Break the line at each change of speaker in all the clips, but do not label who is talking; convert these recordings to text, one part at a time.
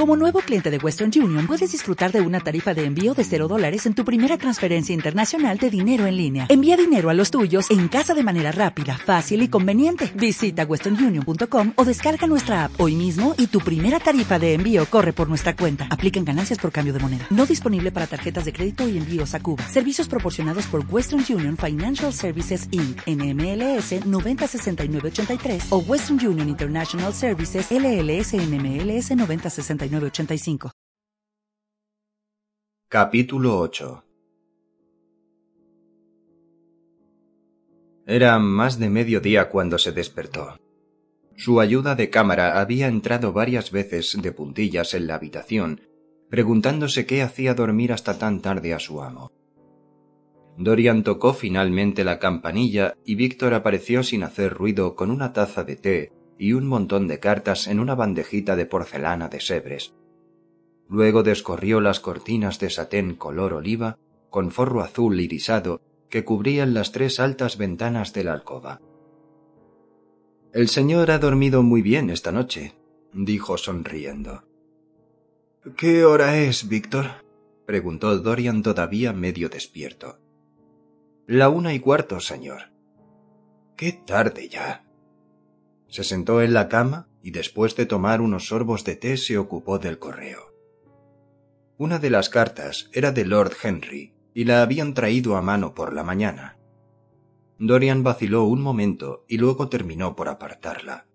Como nuevo cliente de Western Union, puedes disfrutar de una tarifa de envío de $0 en tu primera transferencia internacional de dinero en línea. Envía dinero a los tuyos en casa de manera rápida, fácil y conveniente. Visita westernunion.com o descarga nuestra app hoy mismo y tu primera tarifa de envío corre por nuestra cuenta. Aplican ganancias por cambio de moneda. No disponible para tarjetas de crédito y envíos a Cuba. Servicios proporcionados por Western Union Financial Services Inc. NMLS 906983 o Western Union International Services LLS NMLS 906985.
Capítulo 8. Era más de mediodía cuando se despertó. Su ayuda de cámara había entrado varias veces de puntillas en la habitación, preguntándose qué hacía dormir hasta tan tarde a su amo. Dorian tocó finalmente la campanilla y Víctor apareció sin hacer ruido con una taza de té y un montón de cartas en una bandejita de porcelana de Sèvres. Luego descorrió las cortinas de satén color oliva con forro azul irisado que cubrían las 3 altas ventanas de la alcoba. «El señor ha dormido muy bien esta noche», dijo sonriendo. «¿Qué hora es, Víctor?», preguntó Dorian todavía medio despierto. «La 1:15, señor». «Qué tarde ya». Se sentó en la cama y después de tomar unos sorbos de té se ocupó del correo. Una de las cartas era de Lord Henry y la habían traído a mano por la mañana. Dorian vaciló un momento y luego terminó por apartarla.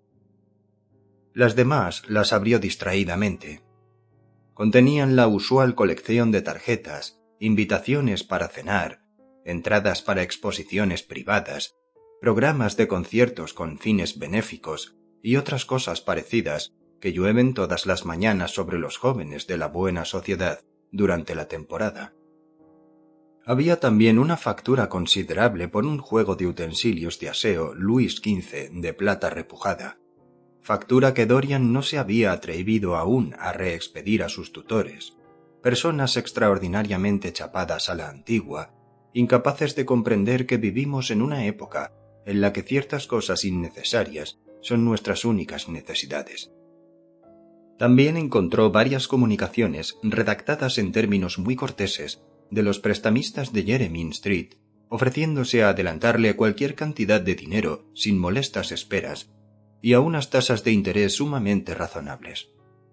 Las demás las abrió distraídamente. Contenían la usual colección de tarjetas, invitaciones para cenar, entradas para exposiciones privadas, programas de conciertos con fines benéficos y otras cosas parecidas que llueven todas las mañanas sobre los jóvenes de la buena sociedad durante la temporada. Había también una factura considerable por un juego de utensilios de aseo Luis XV de plata repujada, factura que Dorian no se había atrevido aún a reexpedir a sus tutores, personas extraordinariamente chapadas a la antigua, incapaces de comprender que vivimos en una época en la que ciertas cosas innecesarias son nuestras únicas necesidades. También encontró varias comunicaciones redactadas en términos muy corteses de los prestamistas de Jermyn Street, ofreciéndose a adelantarle cualquier cantidad de dinero sin molestas esperas y a unas tasas de interés sumamente razonables.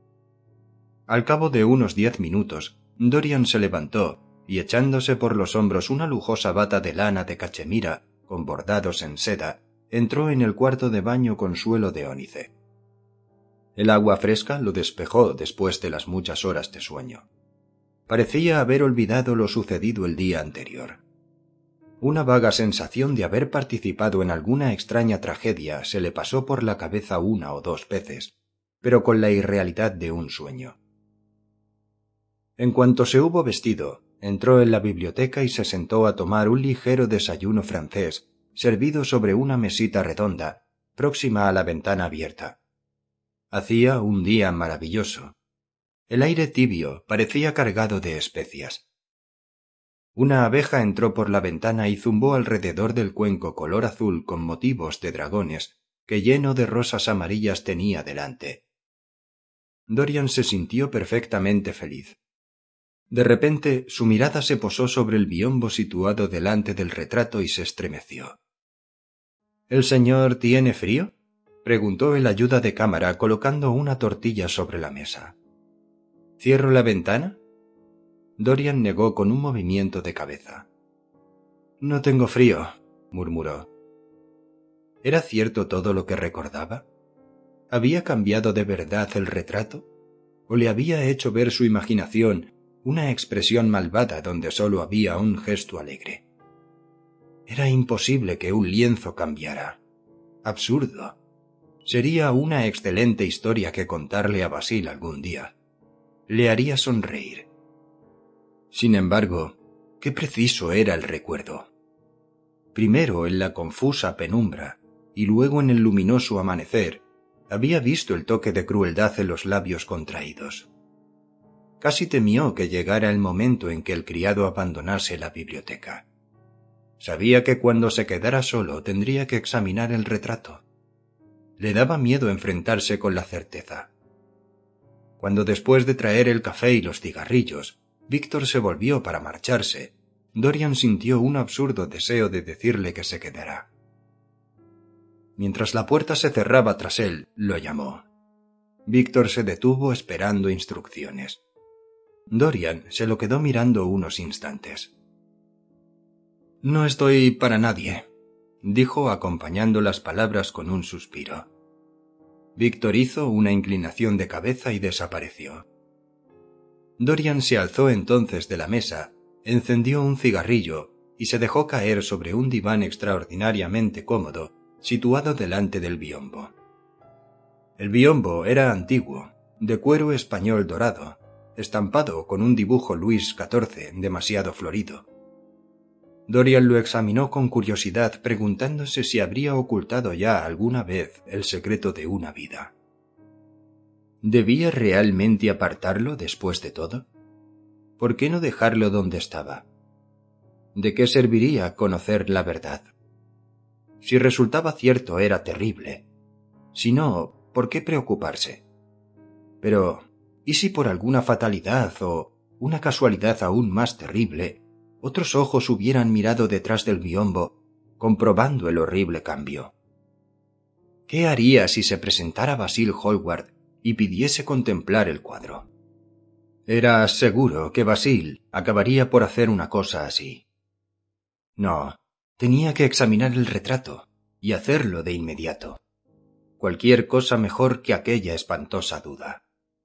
Al cabo de unos 10 minutos, Dorian se levantó y echándose por los hombros una lujosa bata de lana de cachemira con bordados en seda, entró en el cuarto de baño con suelo de ónice. El agua fresca lo despejó después de las muchas horas de sueño. Parecía haber olvidado lo sucedido el día anterior. Una vaga sensación de haber participado en alguna extraña tragedia se le pasó por la cabeza 1 o 2 veces, pero con la irrealidad de un sueño. En cuanto se hubo vestido, entró en la biblioteca y se sentó a tomar un ligero desayuno francés, servido sobre una mesita redonda, próxima a la ventana abierta. Hacía un día maravilloso. El aire tibio parecía cargado de especias. Una abeja entró por la ventana y zumbó alrededor del cuenco color azul con motivos de dragones que lleno de rosas amarillas tenía delante. Dorian se sintió perfectamente feliz. De repente su mirada se posó sobre el biombo situado delante del retrato y se estremeció. «¿El señor tiene frío?», preguntó el ayuda de cámara colocando una tortilla sobre la mesa. «¿Cierro la ventana?». Dorian negó con un movimiento de cabeza. «No tengo frío», murmuró. ¿Era cierto todo lo que recordaba? ¿Había cambiado de verdad el retrato? ¿O le había hecho ver su imaginación una expresión malvada donde sólo había un gesto alegre? Era imposible que un lienzo cambiara. Absurdo. Sería una excelente historia que contarle a Basil algún día. Le haría sonreír. Sin embargo, qué preciso era el recuerdo. Primero en la confusa penumbra y luego en el luminoso amanecer, había visto el toque de crueldad en los labios contraídos. Casi temió que llegara el momento en que el criado abandonase la biblioteca. Sabía que cuando se quedara solo tendría que examinar el retrato. Le daba miedo enfrentarse con la certeza. Cuando después de traer el café y los cigarrillos, Víctor se volvió para marcharse, Dorian sintió un absurdo deseo de decirle que se quedara. Mientras la puerta se cerraba tras él, lo llamó. Víctor se detuvo esperando instrucciones. Dorian se lo quedó mirando unos instantes. «No estoy para nadie», dijo acompañando las palabras con un suspiro. Víctor hizo una inclinación de cabeza y desapareció. Dorian se alzó entonces de la mesa, encendió un cigarrillo y se dejó caer sobre un diván extraordinariamente cómodo, situado delante del biombo. El biombo era antiguo, de cuero español dorado, estampado con un dibujo Luis XIV demasiado florido. Dorian lo examinó con curiosidad, preguntándose si habría ocultado ya alguna vez el secreto de una vida. ¿Debía realmente apartarlo después de todo? ¿Por qué no dejarlo donde estaba? ¿De qué serviría conocer la verdad? Si resultaba cierto era terrible. Si no, ¿por qué preocuparse? Pero, ¿y si por alguna fatalidad o una casualidad aún más terrible, otros ojos hubieran mirado detrás del biombo, comprobando el horrible cambio? ¿Qué haría si se presentara Basil Hallward y pidiese contemplar el cuadro? Era seguro que Basil acabaría por hacer una cosa así. No, tenía que examinar el retrato y hacerlo de inmediato. Cualquier cosa mejor que aquella espantosa duda.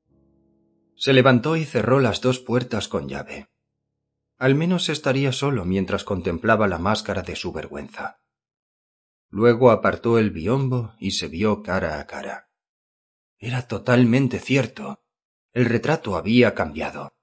Se levantó y cerró las dos puertas con llave. Al menos estaría solo mientras contemplaba la máscara de su vergüenza. Luego apartó el biombo y se vio cara a cara. Era totalmente cierto. El retrato había cambiado.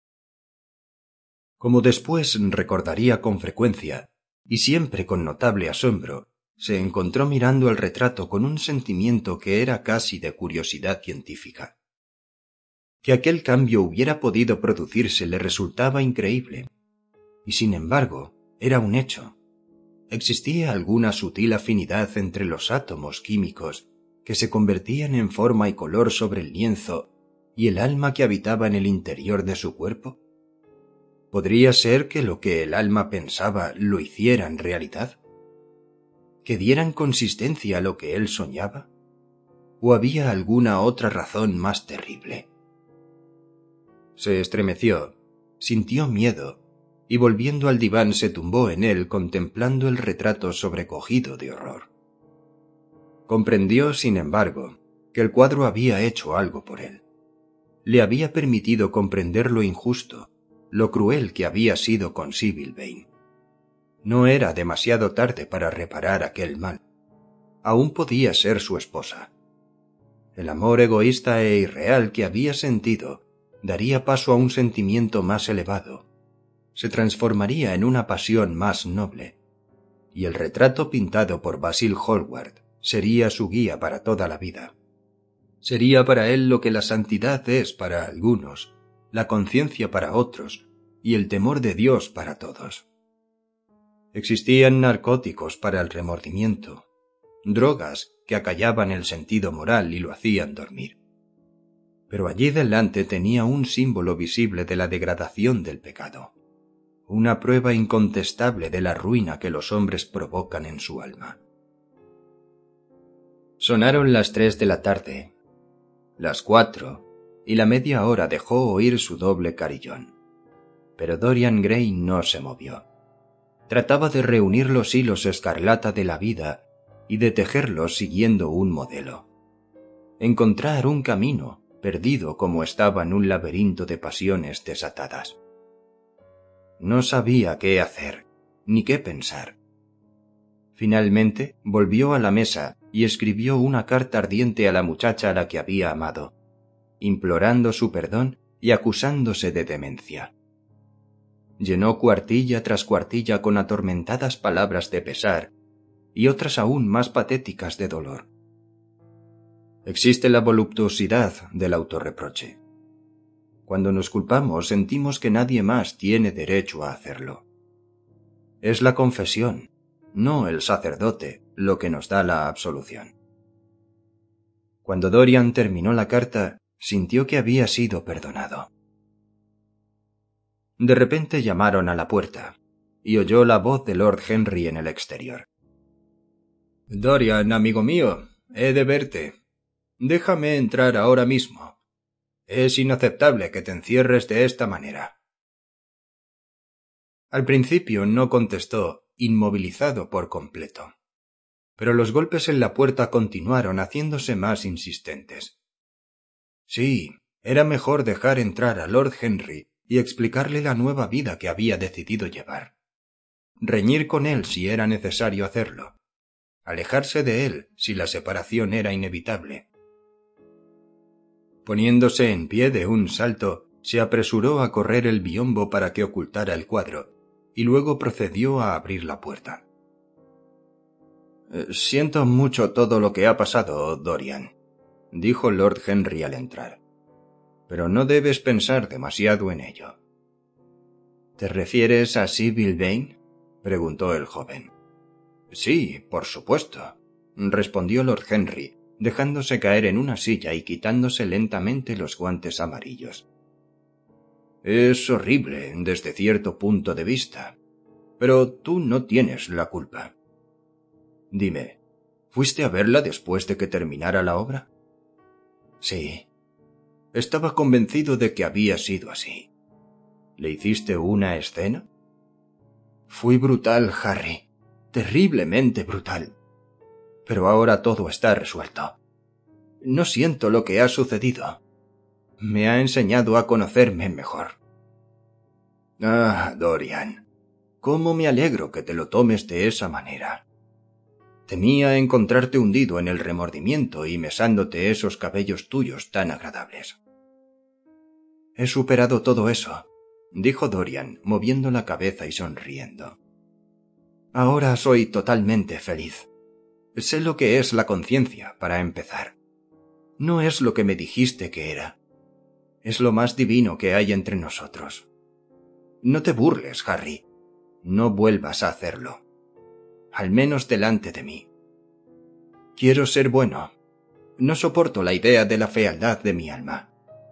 Como después recordaría con frecuencia, y siempre con notable asombro, se encontró mirando el retrato con un sentimiento que era casi de curiosidad científica. Que aquel cambio hubiera podido producirse le resultaba increíble, y sin embargo era un hecho. Existía alguna sutil afinidad entre los átomos químicos que se convertían en forma y color sobre el lienzo y el alma que habitaba en el interior de su cuerpo. ¿Podría ser que lo que el alma pensaba lo hiciera en realidad? ¿Que dieran consistencia a lo que él soñaba? ¿O había alguna otra razón más terrible? Se estremeció, sintió miedo, y volviendo al diván se tumbó en él contemplando el retrato sobrecogido de horror. Comprendió, sin embargo, que el cuadro había hecho algo por él. Le había permitido comprender lo injusto, lo cruel que había sido con Sybil Vane. No era demasiado tarde para reparar aquel mal. Aún podía ser su esposa. El amor egoísta e irreal que había sentido daría paso a un sentimiento más elevado. Se transformaría en una pasión más noble, y el retrato pintado por Basil Hallward sería su guía para toda la vida. Sería para él lo que la santidad es para algunos, la conciencia para otros y el temor de Dios para todos. Existían narcóticos para el remordimiento, drogas que acallaban el sentido moral y lo hacían dormir. Pero allí delante tenía un símbolo visible de la degradación del pecado, una prueba incontestable de la ruina que los hombres provocan en su alma. Sonaron las 3 de la tarde, las 4, y la media hora dejó oír su doble carillón. Pero Dorian Gray no se movió. Trataba de reunir los hilos escarlata de la vida y de tejerlos siguiendo un modelo. Encontrar un camino, perdido como estaba en un laberinto de pasiones desatadas. No sabía qué hacer, ni qué pensar. Finalmente volvió a la mesa y escribió una carta ardiente a la muchacha a la que había amado, implorando su perdón y acusándose de demencia. Llenó cuartilla tras cuartilla con atormentadas palabras de pesar y otras aún más patéticas de dolor. Existe la voluptuosidad del autorreproche. Cuando nos culpamos sentimos que nadie más tiene derecho a hacerlo. Es la confesión, no el sacerdote, lo que nos da la absolución. Cuando Dorian terminó la carta, Sintió que había sido perdonado. De repente llamaron a la puerta, y oyó la voz de Lord Henry en el exterior. «Dorian, amigo mío, he de verte. Déjame entrar ahora mismo. Es inaceptable que te encierres de esta manera». Al principio no contestó, inmovilizado por completo. Pero los golpes en la puerta continuaron haciéndose más insistentes. Sí, era mejor dejar entrar a Lord Henry y explicarle la nueva vida que había decidido llevar. Reñir con él si era necesario hacerlo. Alejarse de él si la separación era inevitable. Poniéndose en pie de un salto, se apresuró a correr el biombo para que ocultara el cuadro, y luego procedió a abrir la puerta. «Siento mucho todo lo que ha pasado, Dorian», dijo Lord Henry al entrar. «Pero no debes pensar demasiado en ello». «¿Te refieres a Sybil Vane?», preguntó el joven. «Sí, por supuesto», respondió Lord Henry, dejándose caer en una silla y quitándose lentamente los guantes amarillos. «Es horrible desde cierto punto de vista, pero tú no tienes la culpa. Dime, ¿fuiste a verla después de que terminara la obra?» «Sí. Estaba convencido de que había sido así». «¿Le hiciste una escena?» «Fui brutal, Harry. Terriblemente brutal. Pero ahora todo está resuelto. No siento lo que ha sucedido. Me ha enseñado a conocerme mejor». «Ah, Dorian, cómo me alegro que te lo tomes de esa manera. Temía encontrarte hundido en el remordimiento y mesándote esos cabellos tuyos tan agradables». «He superado todo eso», dijo Dorian, moviendo la cabeza y sonriendo. «Ahora soy totalmente feliz. Sé lo que es la conciencia, para empezar. No es lo que me dijiste que era. Es lo más divino que hay entre nosotros. No te burles, Harry. No vuelvas a hacerlo. Al menos delante de mí. Quiero ser bueno. No soporto la idea de la fealdad de mi alma».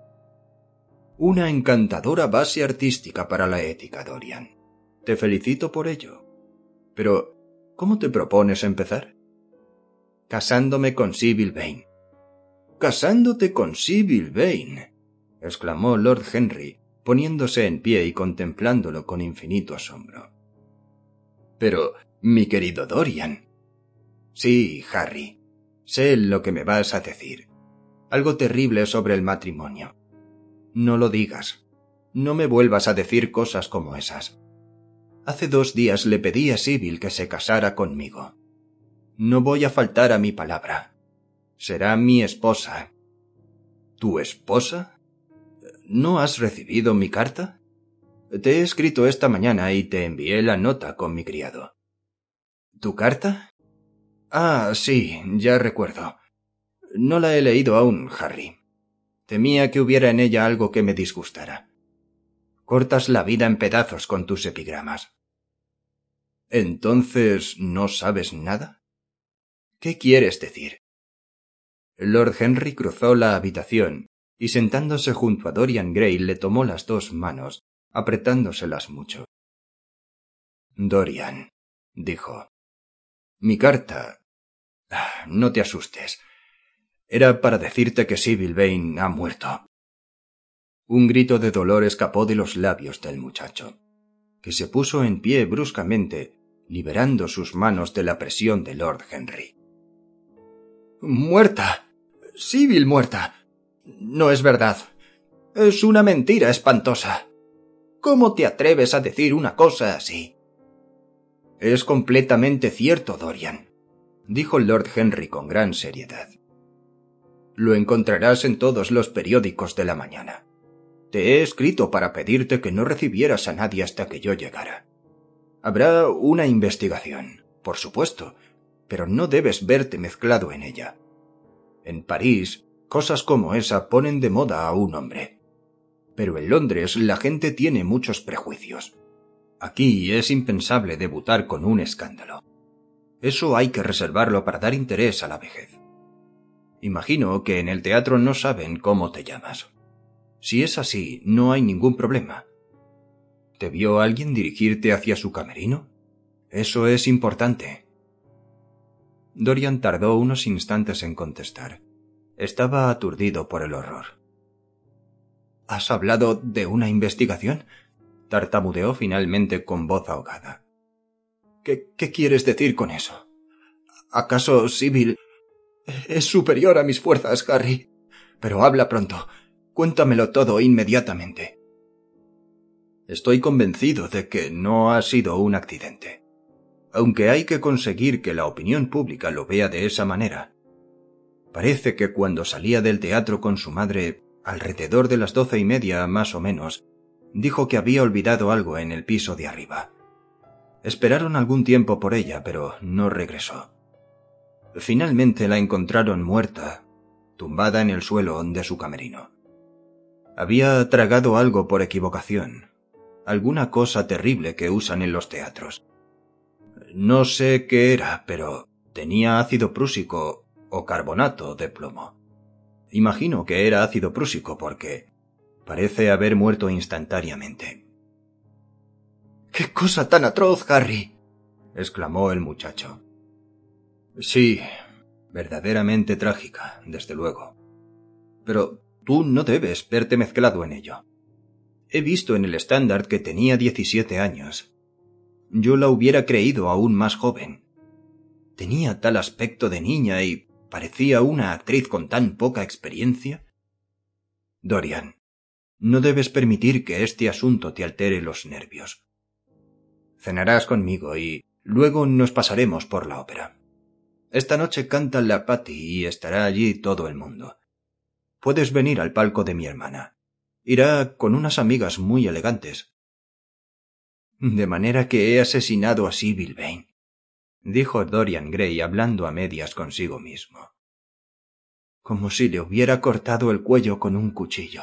«Una encantadora base artística para la ética, Dorian. Te felicito por ello. Pero, ¿cómo te propones empezar?» «Casándome con Sybil Vane». «¿Casándote con Sybil Vane?», exclamó Lord Henry, poniéndose en pie y contemplándolo con infinito asombro. «Pero, mi querido Dorian». «Sí, Harry, sé lo que me vas a decir. Algo terrible sobre el matrimonio. No lo digas. No me vuelvas a decir cosas como esas. Hace 2 días le pedí a Sybil que se casara conmigo. No voy a faltar a mi palabra. Será mi esposa». «¿Tu esposa? ¿No has recibido mi carta? Te he escrito esta mañana y te envié la nota con mi criado». «¿Tu carta? Ah, sí, ya recuerdo. No la he leído aún, Harry. Temía que hubiera en ella algo que me disgustara. Cortas la vida en pedazos con tus epigramas». «¿Entonces no sabes nada? ¿Qué quieres decir?» Lord Henry cruzó la habitación y sentándose junto a Dorian Gray le tomó las 2 manos, apretándoselas mucho. «Dorian», dijo, «mi carta... No te asustes. Era para decirte que Sybil Vane ha muerto». Un grito de dolor escapó de los labios del muchacho, que se puso en pie bruscamente, liberando sus manos de la presión de Lord Henry. «¡Muerta! Sybil muerta! No es verdad. Es una mentira espantosa. ¿Cómo te atreves a decir una cosa así?» «Es completamente cierto, Dorian», dijo Lord Henry con gran seriedad. «Lo encontrarás en todos los periódicos de la mañana. Te he escrito para pedirte que no recibieras a nadie hasta que yo llegara. Habrá una investigación, por supuesto, pero no debes verte mezclado en ella. En París, cosas como esa ponen de moda a un hombre. Pero en Londres la gente tiene muchos prejuicios. Aquí es impensable debutar con un escándalo. Eso hay que reservarlo para dar interés a la vejez. Imagino que en el teatro no saben cómo te llamas. Si es así, no hay ningún problema. ¿Te vio alguien dirigirte hacia su camerino? Eso es importante. Dorian tardó unos instantes en contestar. Estaba aturdido por el horror. ¿Has hablado de una investigación?, tartamudeó finalmente con voz ahogada. ¿Qué quieres decir con eso? ¿Acaso Sybil es superior a mis fuerzas, Harry? Pero habla pronto. Cuéntamelo todo inmediatamente. Estoy convencido de que no ha sido un accidente. Aunque hay que conseguir que la opinión pública lo vea de esa manera. Parece que cuando salía del teatro con su madre, alrededor de las 12:30 más o menos, dijo que había olvidado algo en el piso de arriba. Esperaron algún tiempo por ella, pero no regresó. Finalmente la encontraron muerta, tumbada en el suelo de su camerino. Había tragado algo por equivocación, alguna cosa terrible que usan en los teatros. No sé qué era, pero tenía ácido prúsico o carbonato de plomo. Imagino que era ácido prúsico porque parece haber muerto instantáneamente. —¡Qué cosa tan atroz, Harry! —exclamó el muchacho. Sí, verdaderamente trágica, desde luego. Pero tú no debes verte mezclado en ello. He visto en el Standard que tenía 17 años. Yo la hubiera creído aún más joven. Tenía tal aspecto de niña y parecía una actriz con tan poca experiencia. Dorian, no debes permitir que este asunto te altere los nervios. Cenarás conmigo y luego nos pasaremos por la ópera. Esta noche canta la Patti y estará allí todo el mundo. Puedes venir al palco de mi hermana. Irá con unas amigas muy elegantes. De manera que he asesinado a Sybil Vane, dijo Dorian Gray hablando a medias consigo mismo. Como si le hubiera cortado el cuello con un cuchillo.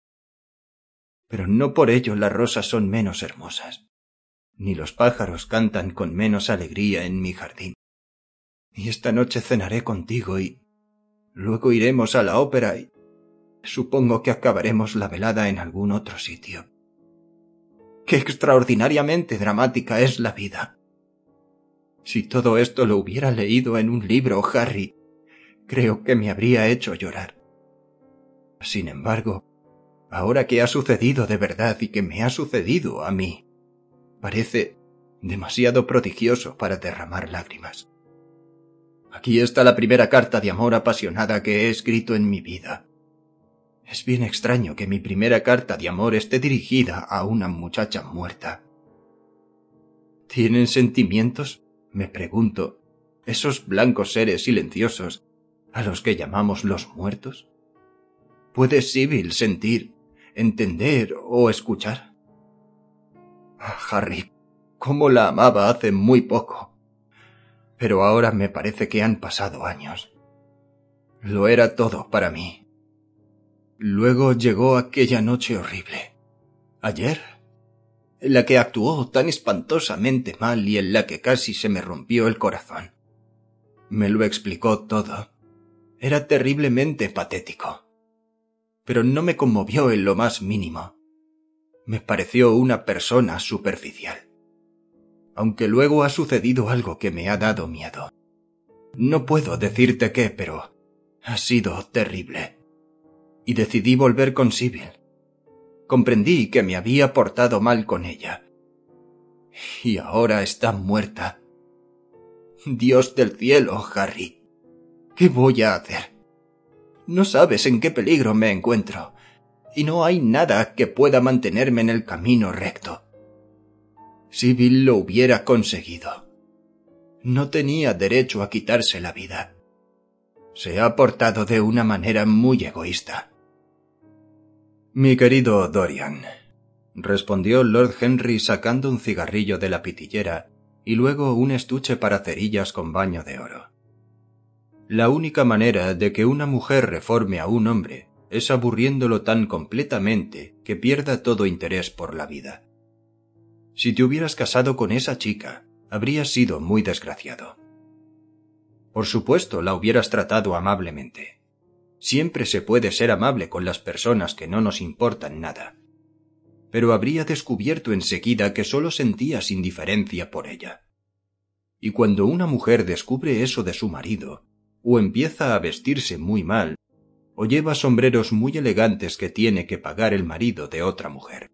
Pero no por ello las rosas son menos hermosas, ni los pájaros cantan con menos alegría en mi jardín. Y esta noche cenaré contigo y luego iremos a la ópera y supongo que acabaremos la velada en algún otro sitio. ¡Qué extraordinariamente dramática es la vida! Si todo esto lo hubiera leído en un libro, Harry, creo que me habría hecho llorar. Sin embargo, ahora que ha sucedido de verdad y que me ha sucedido a mí, parece demasiado prodigioso para derramar lágrimas. Aquí está la primera carta de amor apasionada que he escrito en mi vida. Es bien extraño que mi primera carta de amor esté dirigida a una muchacha muerta. ¿Tienen sentimientos?, me pregunto, esos blancos seres silenciosos a los que llamamos los muertos. ¿Puede Sybil sentir, entender o escuchar? Harry, cómo la amaba hace muy poco. Pero ahora me parece que han pasado años. Lo era todo para mí. Luego llegó aquella noche horrible. Ayer, en la que actuó tan espantosamente mal y en la que casi se me rompió el corazón. Me lo explicó todo. Era terriblemente patético. Pero no me conmovió en lo más mínimo. Me pareció una persona superficial. Aunque luego ha sucedido algo que me ha dado miedo. No puedo decirte qué, pero ha sido terrible. Y decidí volver con Sybil. Comprendí que me había portado mal con ella. Y ahora está muerta. Dios del cielo, Harry. ¿Qué voy a hacer? No sabes en qué peligro me encuentro, y no hay nada que pueda mantenerme en el camino recto. Sybil lo hubiera conseguido. No tenía derecho a quitarse la vida. Se ha portado de una manera muy egoísta. Mi querido Dorian, respondió Lord Henry sacando un cigarrillo de la pitillera y luego un estuche para cerillas con baño de oro. La única manera de que una mujer reforme a un hombre es aburriéndolo tan completamente que pierda todo interés por la vida. Si te hubieras casado con esa chica, habrías sido muy desgraciado. Por supuesto, la hubieras tratado amablemente, Siempre se puede ser amable con las personas que no nos importan nada. Pero habría descubierto enseguida que solo sentías indiferencia por ella. Y cuando una mujer descubre eso de su marido, o empieza a vestirse muy mal, o lleva sombreros muy elegantes que tiene que pagar el marido de otra mujer.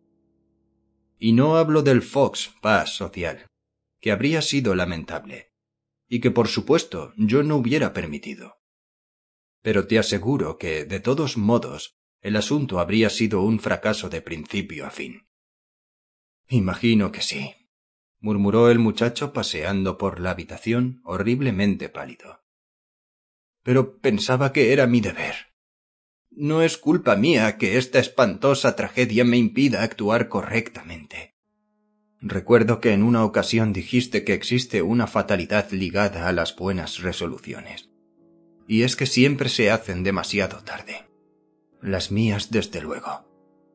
Y no hablo del Fox Pass social, que habría sido lamentable, y que por supuesto yo no hubiera permitido. Pero te aseguro que, de todos modos, el asunto habría sido un fracaso de principio a fin. Imagino que sí, murmuró el muchacho paseando por la habitación horriblemente pálido. Pero pensaba que era mi deber. No es culpa mía que esta espantosa tragedia me impida actuar correctamente. Recuerdo que en una ocasión dijiste que existe una fatalidad ligada a las buenas resoluciones. Y es que siempre se hacen demasiado tarde. Las mías, desde luego.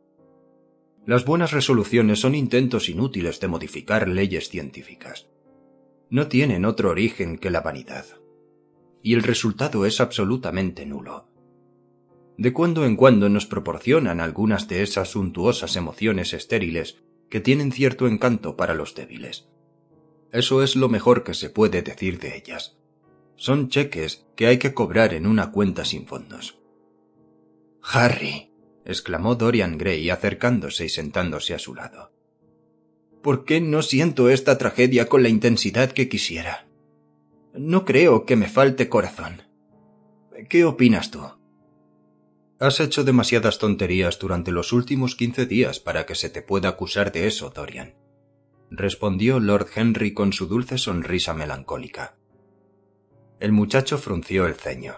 Las buenas resoluciones son intentos inútiles de modificar leyes científicas. No tienen otro origen que la vanidad. Y el resultado es absolutamente nulo. De cuando en cuando nos proporcionan algunas de esas suntuosas emociones estériles que tienen cierto encanto para los débiles. Eso es lo mejor que se puede decir de ellas. Son cheques que hay que cobrar en una cuenta sin fondos. «Harry», exclamó Dorian Gray acercándose y sentándose a su lado. «¿Por qué no siento esta tragedia con la intensidad que quisiera? No creo que me falte corazón. ¿Qué opinas tú?» «Has hecho demasiadas tonterías durante los últimos 15 días para que se te pueda acusar de eso, Dorian», respondió Lord Henry con su dulce sonrisa melancólica. El muchacho frunció el ceño.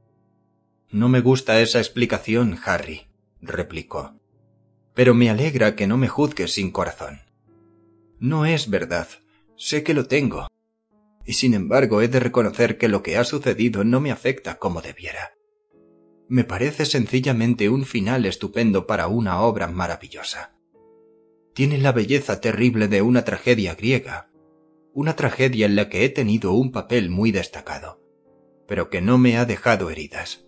«No me gusta esa explicación, Harry», replicó. «Pero me alegra que no me juzgues sin corazón. No es verdad, sé que lo tengo. Y sin embargo he de reconocer que lo que ha sucedido no me afecta como debiera. Me parece sencillamente un final estupendo para una obra maravillosa. Tiene la belleza terrible de una tragedia griega, una tragedia en la que he tenido un papel muy destacado, pero que no me ha dejado heridas».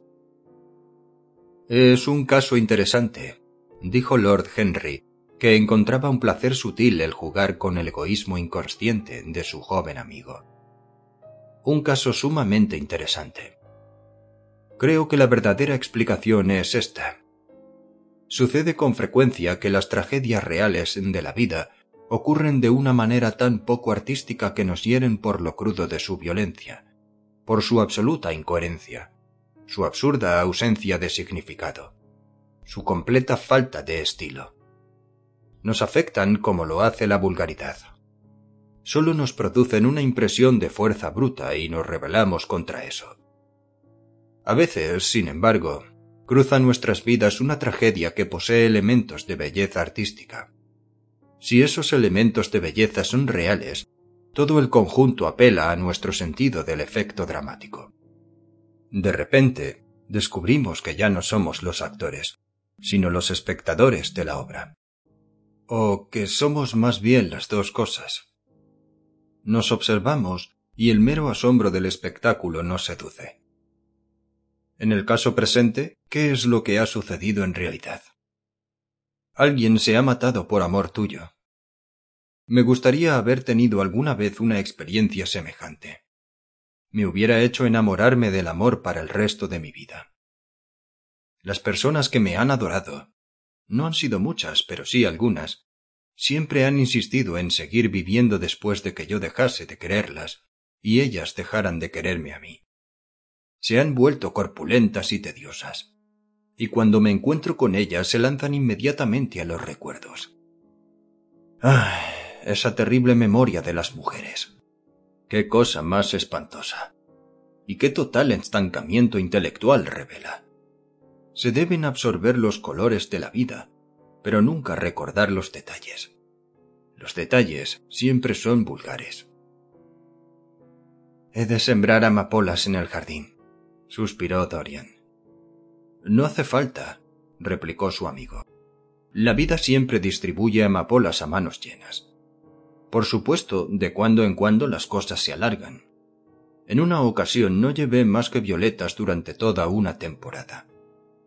«Es un caso interesante», dijo Lord Henry, que encontraba un placer sutil el jugar con el egoísmo inconsciente de su joven amigo. «Un caso sumamente interesante. Creo que la verdadera explicación es esta. Sucede con frecuencia que las tragedias reales de la vida ocurren de una manera tan poco artística que nos hieren por lo crudo de su violencia, por su absoluta incoherencia, su absurda ausencia de significado, su completa falta de estilo. Nos afectan como lo hace la vulgaridad. Solo nos producen una impresión de fuerza bruta y nos rebelamos contra eso. A veces, sin embargo, cruza nuestras vidas una tragedia que posee elementos de belleza artística. Si esos elementos de belleza son reales, todo el conjunto apela a nuestro sentido del efecto dramático. De repente, descubrimos que ya no somos los actores, sino los espectadores de la obra. O que somos más bien las dos cosas. Nos observamos y el mero asombro del espectáculo nos seduce. En el caso presente, ¿qué es lo que ha sucedido en realidad? Alguien se ha matado por amor tuyo. Me gustaría haber tenido alguna vez una experiencia semejante. Me hubiera hecho enamorarme del amor para el resto de mi vida. Las personas que me han adorado, no han sido muchas, pero sí algunas, siempre han insistido en seguir viviendo después de que yo dejase de quererlas y ellas dejaran de quererme a mí. Se han vuelto corpulentas y tediosas, y cuando me encuentro con ellas se lanzan inmediatamente a los recuerdos. ¡Ah! Esa terrible memoria de las mujeres. ¡Qué cosa más espantosa! Y qué total estancamiento intelectual revela. Se deben absorber los colores de la vida, pero nunca recordar los detalles. Los detalles siempre son vulgares. «He de sembrar amapolas en el jardín», suspiró Dorian. «No hace falta», replicó su amigo. «La vida siempre distribuye amapolas a manos llenas. Por supuesto, de cuando en cuando las cosas se alargan. En una ocasión no llevé más que violetas durante toda una temporada.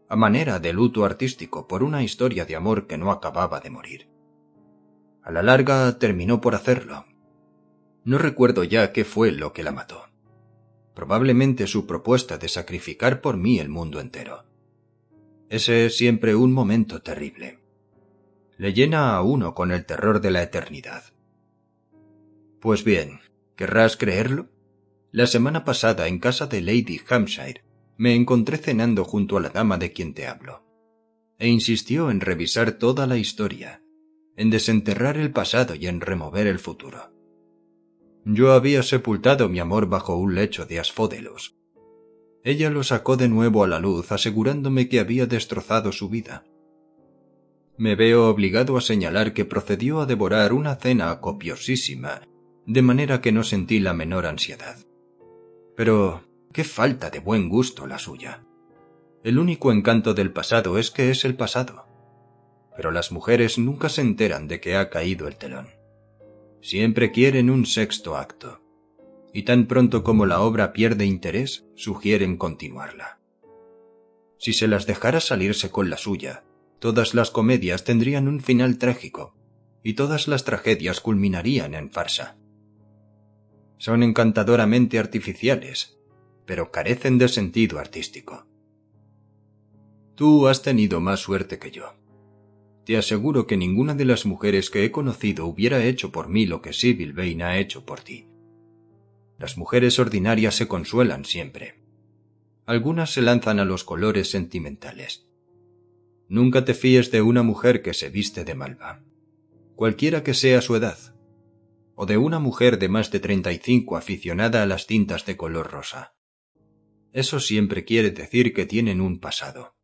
a manera de luto artístico por una historia de amor que no acababa de morir. A la larga terminó por hacerlo. No recuerdo ya qué fue lo que la mató. Probablemente su propuesta de sacrificar por mí el mundo entero. Ese es siempre un momento terrible. Le llena a uno con el terror de la eternidad. Pues bien, ¿querrás creerlo? La semana pasada en casa de Lady Hampshire me encontré cenando junto a la dama de quien te hablo, e insistió en revisar toda la historia, en desenterrar el pasado y en remover el futuro. Yo había sepultado mi amor bajo un lecho de asfódelos. Ella lo sacó de nuevo a la luz asegurándome que había destrozado su vida. Me veo obligado a señalar que procedió a devorar una cena copiosísima, de manera que no sentí la menor ansiedad. Pero qué falta de buen gusto la suya. El único encanto del pasado es que es el pasado. Pero las mujeres nunca se enteran de que ha caído el telón. Siempre quieren un sexto acto, y tan pronto como la obra pierde interés, sugieren continuarla. Si se las dejara salirse con la suya, todas las comedias tendrían un final trágico, y todas las tragedias culminarían en farsa. Son encantadoramente artificiales, pero carecen de sentido artístico. Tú has tenido más suerte que yo. Te aseguro que ninguna de las mujeres que he conocido hubiera hecho por mí lo que Sybil Vane ha hecho por ti. Las mujeres ordinarias se consuelan siempre. Algunas se lanzan a los colores sentimentales. Nunca te fíes de una mujer que se viste de malva, cualquiera que sea su edad, o de una mujer de más de 35 aficionada a las tintas de color rosa. Eso siempre quiere decir que tienen un pasado.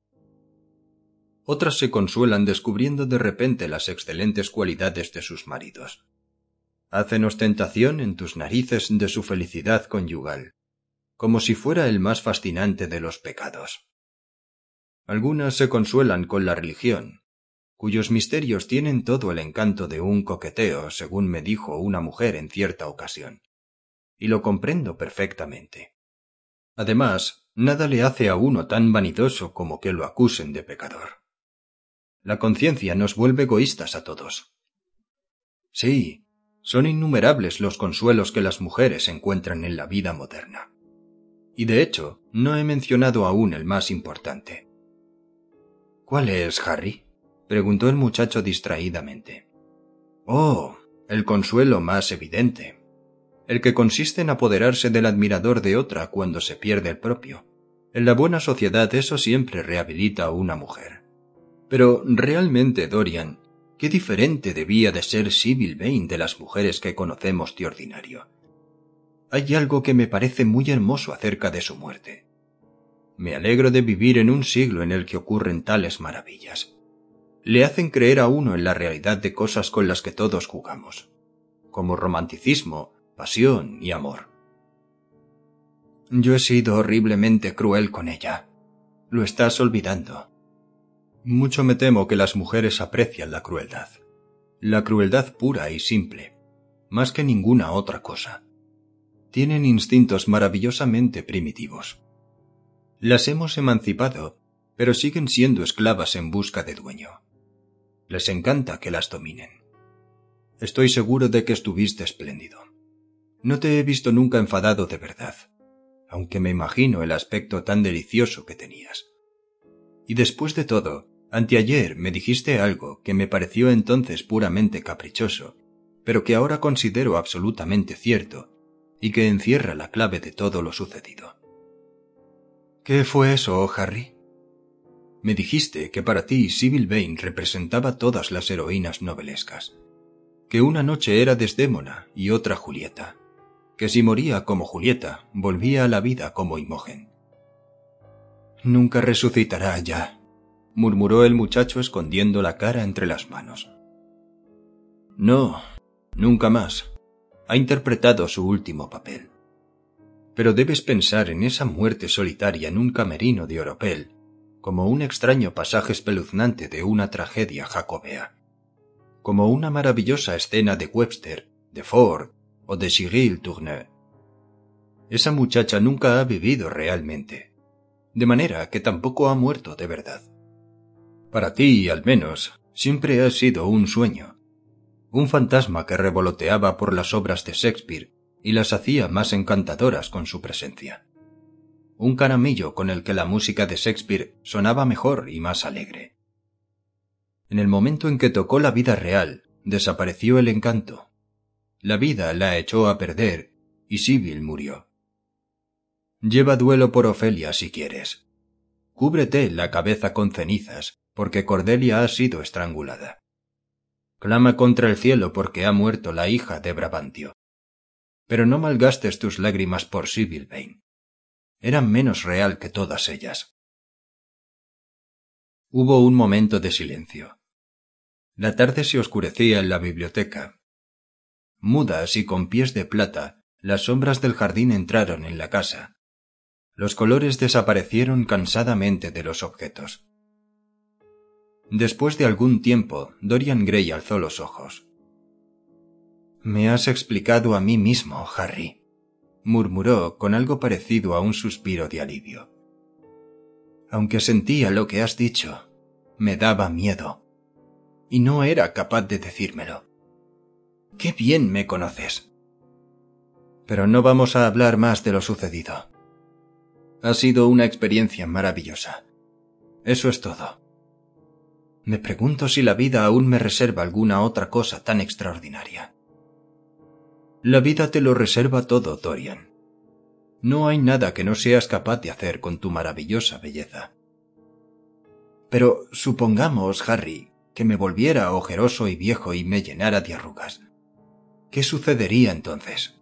Otras se consuelan descubriendo de repente las excelentes cualidades de sus maridos. Hacen ostentación en tus narices de su felicidad conyugal, como si fuera el más fascinante de los pecados. Algunas se consuelan con la religión, cuyos misterios tienen todo el encanto de un coqueteo, según me dijo una mujer en cierta ocasión, y lo comprendo perfectamente. Además, nada le hace a uno tan vanidoso como que lo acusen de pecador. La conciencia nos vuelve egoístas a todos. Sí, son innumerables los consuelos que las mujeres encuentran en la vida moderna. Y de hecho, no he mencionado aún el más importante. ¿Cuál es, Harry?, preguntó el muchacho distraídamente. Oh, el consuelo más evidente. El que consiste en apoderarse del admirador de otra cuando se pierde el propio. En la buena sociedad eso siempre rehabilita a una mujer. Pero realmente, Dorian, qué diferente debía de ser Sybil Vane de las mujeres que conocemos de ordinario. Hay algo que me parece muy hermoso acerca de su muerte. Me alegro de vivir en un siglo en el que ocurren tales maravillas. Le hacen creer a uno en la realidad de cosas con las que todos jugamos, como romanticismo, pasión y amor. Yo he sido horriblemente cruel con ella. Lo estás olvidando. Mucho me temo que las mujeres aprecian la crueldad pura y simple, más que ninguna otra cosa. Tienen instintos maravillosamente primitivos. Las hemos emancipado, pero siguen siendo esclavas en busca de dueño. Les encanta que las dominen. Estoy seguro de que estuviste espléndido. No te he visto nunca enfadado de verdad, aunque me imagino el aspecto tan delicioso que tenías. Y después de todo, anteayer me dijiste algo que me pareció entonces puramente caprichoso, pero que ahora considero absolutamente cierto, y que encierra la clave de todo lo sucedido. ¿Qué fue eso, Harry? Me dijiste que para ti Sybil Vane representaba todas las heroínas novelescas, que una noche era Desdémona y otra Julieta, que si moría como Julieta, volvía a la vida como Imogen. Nunca resucitará ya, murmuró el muchacho escondiendo la cara entre las manos. No, nunca más. Ha interpretado su último papel. Pero debes pensar en esa muerte solitaria en un camerino de oropel como un extraño pasaje espeluznante de una tragedia jacobea, como una maravillosa escena de Webster, de Ford o de Cyril Tourneur. Esa muchacha nunca ha vivido realmente. de manera que tampoco ha muerto de verdad. Para ti, al menos, siempre ha sido un sueño, un fantasma que revoloteaba por las obras de Shakespeare y las hacía más encantadoras con su presencia. Un caramillo con el que la música de Shakespeare sonaba mejor y más alegre. En el momento en que tocó la vida real, desapareció el encanto. La vida la echó a perder y Sibyl murió. Lleva duelo por Ofelia si quieres. Cúbrete la cabeza con cenizas, porque Cordelia ha sido estrangulada. Clama contra el cielo porque ha muerto la hija de Brabantio. Pero no malgastes tus lágrimas por Sibyl Vane. Era menos real que todas ellas. Hubo un momento de silencio. La tarde se oscurecía en la biblioteca. Mudas y con pies de plata, las sombras del jardín entraron en la casa. Los colores desaparecieron cansadamente de los objetos. Después de algún tiempo, Dorian Gray alzó los ojos. «Me has explicado a mí mismo, Harry», murmuró con algo parecido a un suspiro de alivio. «Aunque sentía lo que has dicho, me daba miedo. Y no era capaz de decírmelo. ¡Qué bien me conoces! Pero no vamos a hablar más de lo sucedido. Ha sido una experiencia maravillosa. Eso es todo. Me pregunto si la vida aún me reserva alguna otra cosa tan extraordinaria. La vida te lo reserva todo, Dorian. No hay nada que no seas capaz de hacer con tu maravillosa belleza. Pero supongamos, Harry, que me volviera ojeroso y viejo y me llenara de arrugas. ¿Qué sucedería entonces?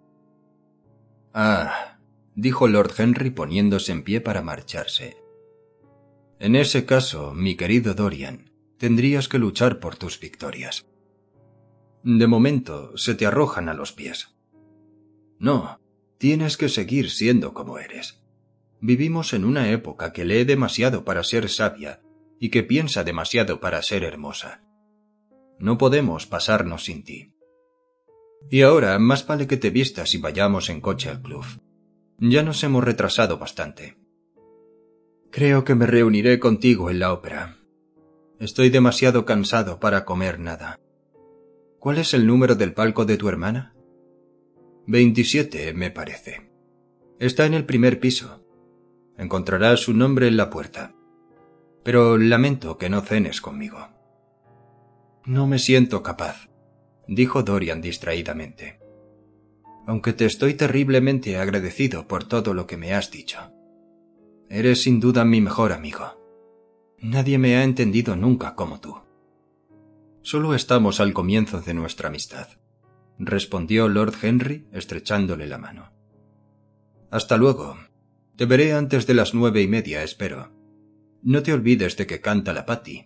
Ah, dijo Lord Henry poniéndose en pie para marcharse. En ese caso, mi querido Dorian, tendrías que luchar por tus victorias. De momento, se te arrojan a los pies. No, tienes que seguir siendo como eres. Vivimos en una época que lee demasiado para ser sabia y que piensa demasiado para ser hermosa. No podemos pasarnos sin ti. Y ahora, más vale que te vistas y vayamos en coche al club. Ya nos hemos retrasado bastante. Creo que me reuniré contigo en la ópera. Estoy demasiado cansado para comer nada. ¿Cuál es el número del palco de tu hermana? 27, me parece. Está en el primer piso. Encontrarás su nombre en la puerta. Pero lamento que no cenes conmigo. No me siento capaz, dijo Dorian distraídamente. Aunque te estoy terriblemente agradecido por todo lo que me has dicho. Eres sin duda mi mejor amigo. Nadie me ha entendido nunca como tú. Solo estamos al comienzo de nuestra amistad, respondió Lord Henry estrechándole la mano. Hasta luego. Te veré antes de las 9:30, espero. No te olvides de que canta la Patty.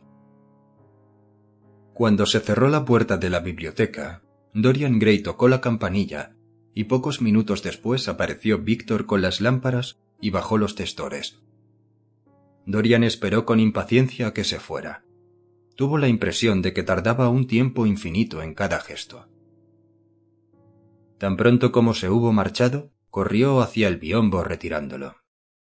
Cuando se cerró la puerta de la biblioteca, Dorian Gray tocó la campanilla y pocos minutos después apareció Víctor con las lámparas y bajó los testores. Dorian esperó con impaciencia a que se fuera. Tuvo la impresión de que tardaba un tiempo infinito en cada gesto. Tan pronto como se hubo marchado, corrió hacia el biombo retirándolo.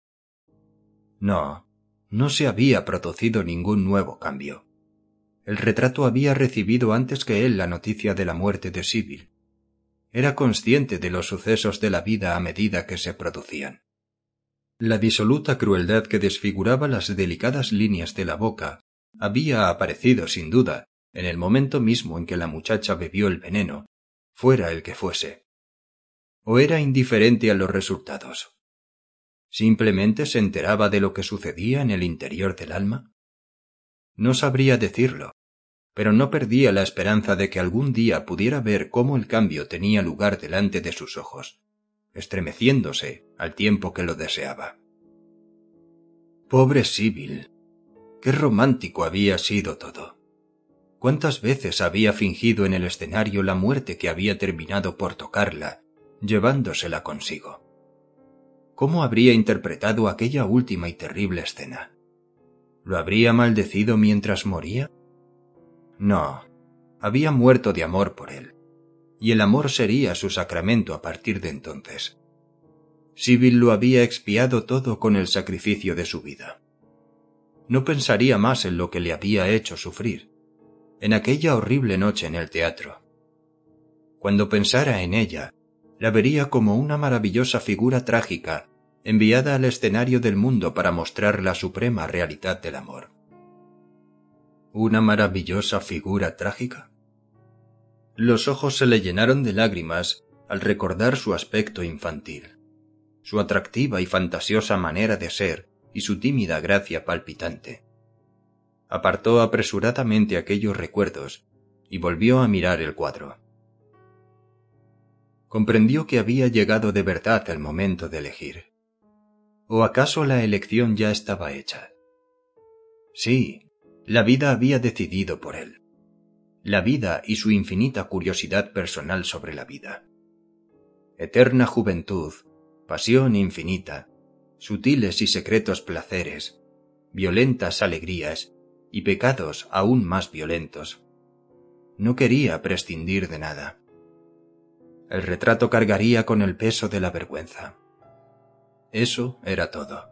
No se había producido ningún nuevo cambio. El retrato había recibido antes que él la noticia de la muerte de Sibyl. Era consciente de los sucesos de la vida a medida que se producían. La disoluta crueldad que desfiguraba las delicadas líneas de la boca había aparecido sin duda en el momento mismo en que la muchacha bebió el veneno, fuera el que fuese. ¿O era indiferente a los resultados? ¿Simplemente se enteraba de lo que sucedía en el interior del alma? No sabría decirlo, pero no perdía la esperanza de que algún día pudiera ver cómo el cambio tenía lugar delante de sus ojos, estremeciéndose al tiempo que lo deseaba. Pobre Sibyl, qué romántico había sido todo. ¿Cuántas veces había fingido en el escenario la muerte que había terminado por tocarla, llevándosela consigo? ¿Cómo habría interpretado aquella última y terrible escena? ¿Lo habría maldecido mientras moría? No, había muerto de amor por él, y el amor sería su sacramento a partir de entonces. Sybil lo había expiado todo con el sacrificio de su vida. No pensaría más en lo que le había hecho sufrir, en aquella horrible noche en el teatro. Cuando pensara en ella, la vería como una maravillosa figura trágica enviada al escenario del mundo para mostrar la suprema realidad del amor. ¿Una maravillosa figura trágica? Los ojos se le llenaron de lágrimas al recordar su aspecto infantil, su atractiva y fantasiosa manera de ser y su tímida gracia palpitante. Apartó apresuradamente aquellos recuerdos y volvió a mirar el cuadro. Comprendió que había llegado de verdad el momento de elegir. ¿O acaso la elección ya estaba hecha? Sí, la vida había decidido por él. La vida y su infinita curiosidad personal sobre la vida. Eterna juventud, pasión infinita, sutiles y secretos placeres, violentas alegrías y pecados aún más violentos. No quería prescindir de nada. El retrato cargaría con el peso de la vergüenza. Eso era todo.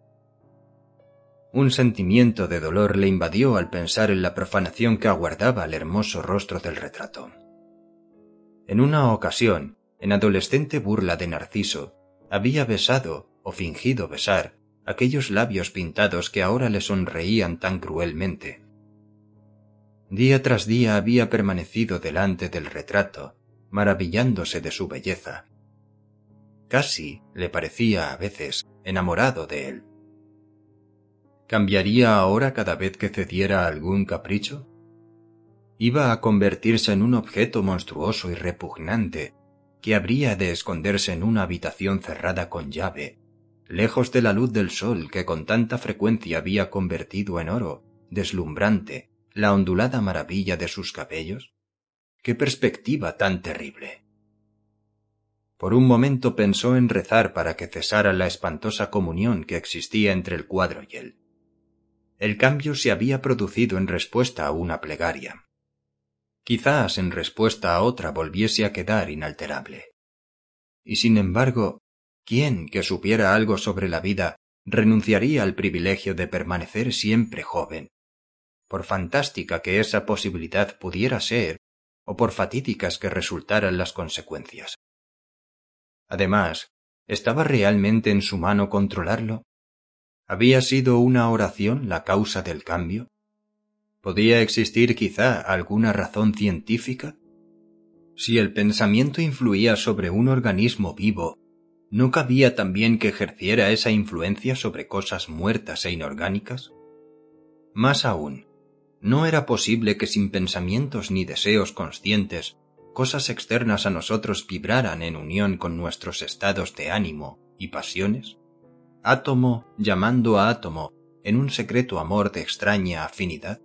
Un sentimiento de dolor le invadió al pensar en la profanación que aguardaba el hermoso rostro del retrato. En una ocasión, en adolescente burla de Narciso, había besado o fingido besar aquellos labios pintados que ahora le sonreían tan cruelmente. Día tras día había permanecido delante del retrato, maravillándose de su belleza. Casi le parecía a veces enamorado de él. ¿Cambiaría ahora cada vez que cediera a algún capricho? ¿Iba a convertirse en un objeto monstruoso y repugnante que habría de esconderse en una habitación cerrada con llave, lejos de la luz del sol que con tanta frecuencia había convertido en oro deslumbrante la ondulada maravilla de sus cabellos? ¡Qué perspectiva tan terrible! Por un momento pensó en rezar para que cesara la espantosa comunión que existía entre el cuadro y él. El cambio se había producido en respuesta a una plegaria. Quizás en respuesta a otra volviese a quedar inalterable. Y sin embargo, ¿quién que supiera algo sobre la vida renunciaría al privilegio de permanecer siempre joven? Por fantástica que esa posibilidad pudiera ser, o por fatídicas que resultaran las consecuencias. Además, ¿estaba realmente en su mano controlarlo? ¿Había sido una oración la causa del cambio? ¿Podía existir quizá alguna razón científica? Si el pensamiento influía sobre un organismo vivo, ¿no cabía también que ejerciera esa influencia sobre cosas muertas e inorgánicas? Más aún, ¿no era posible que sin pensamientos ni deseos conscientes, cosas externas a nosotros vibraran en unión con nuestros estados de ánimo y pasiones? Átomo llamando a átomo en un secreto amor de extraña afinidad.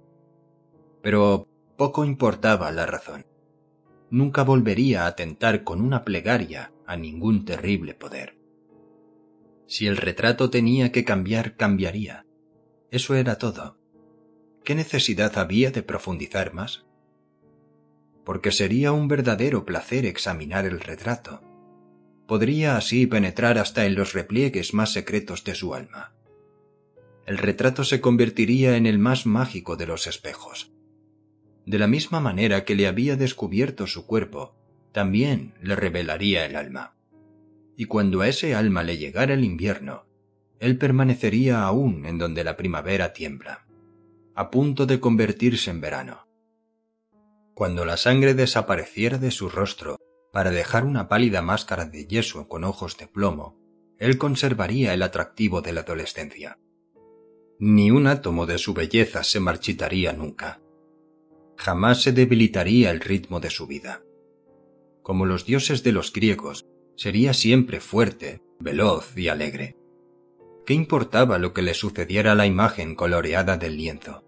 Pero poco importaba la razón. Nunca volvería a tentar con una plegaria a ningún terrible poder. Si el retrato tenía que cambiar, cambiaría. Eso era todo. ¿Qué necesidad había de profundizar más? Porque sería un verdadero placer examinar el retrato. Podría así penetrar hasta en los repliegues más secretos de su alma. El retrato se convertiría en el más mágico de los espejos. De la misma manera que le había descubierto su cuerpo, también le revelaría el alma. Y cuando a ese alma le llegara el invierno, él permanecería aún en donde la primavera tiembla, a punto de convertirse en verano. Cuando la sangre desapareciera de su rostro para dejar una pálida máscara de yeso con ojos de plomo, él conservaría el atractivo de la adolescencia. Ni un átomo de su belleza se marchitaría nunca. Jamás se debilitaría el ritmo de su vida. Como los dioses de los griegos, sería siempre fuerte, veloz y alegre. ¿Qué importaba lo que le sucediera a la imagen coloreada del lienzo?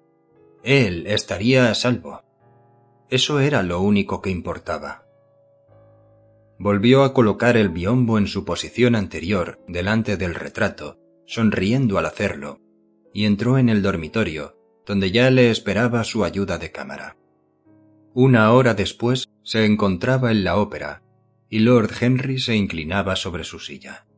Él estaría a salvo. Eso era lo único que importaba. Volvió a colocar el biombo en su posición anterior delante del retrato, sonriendo al hacerlo, y entró en el dormitorio, donde ya le esperaba su ayuda de cámara. Una hora después se encontraba en la ópera, y Lord Henry se inclinaba sobre su silla.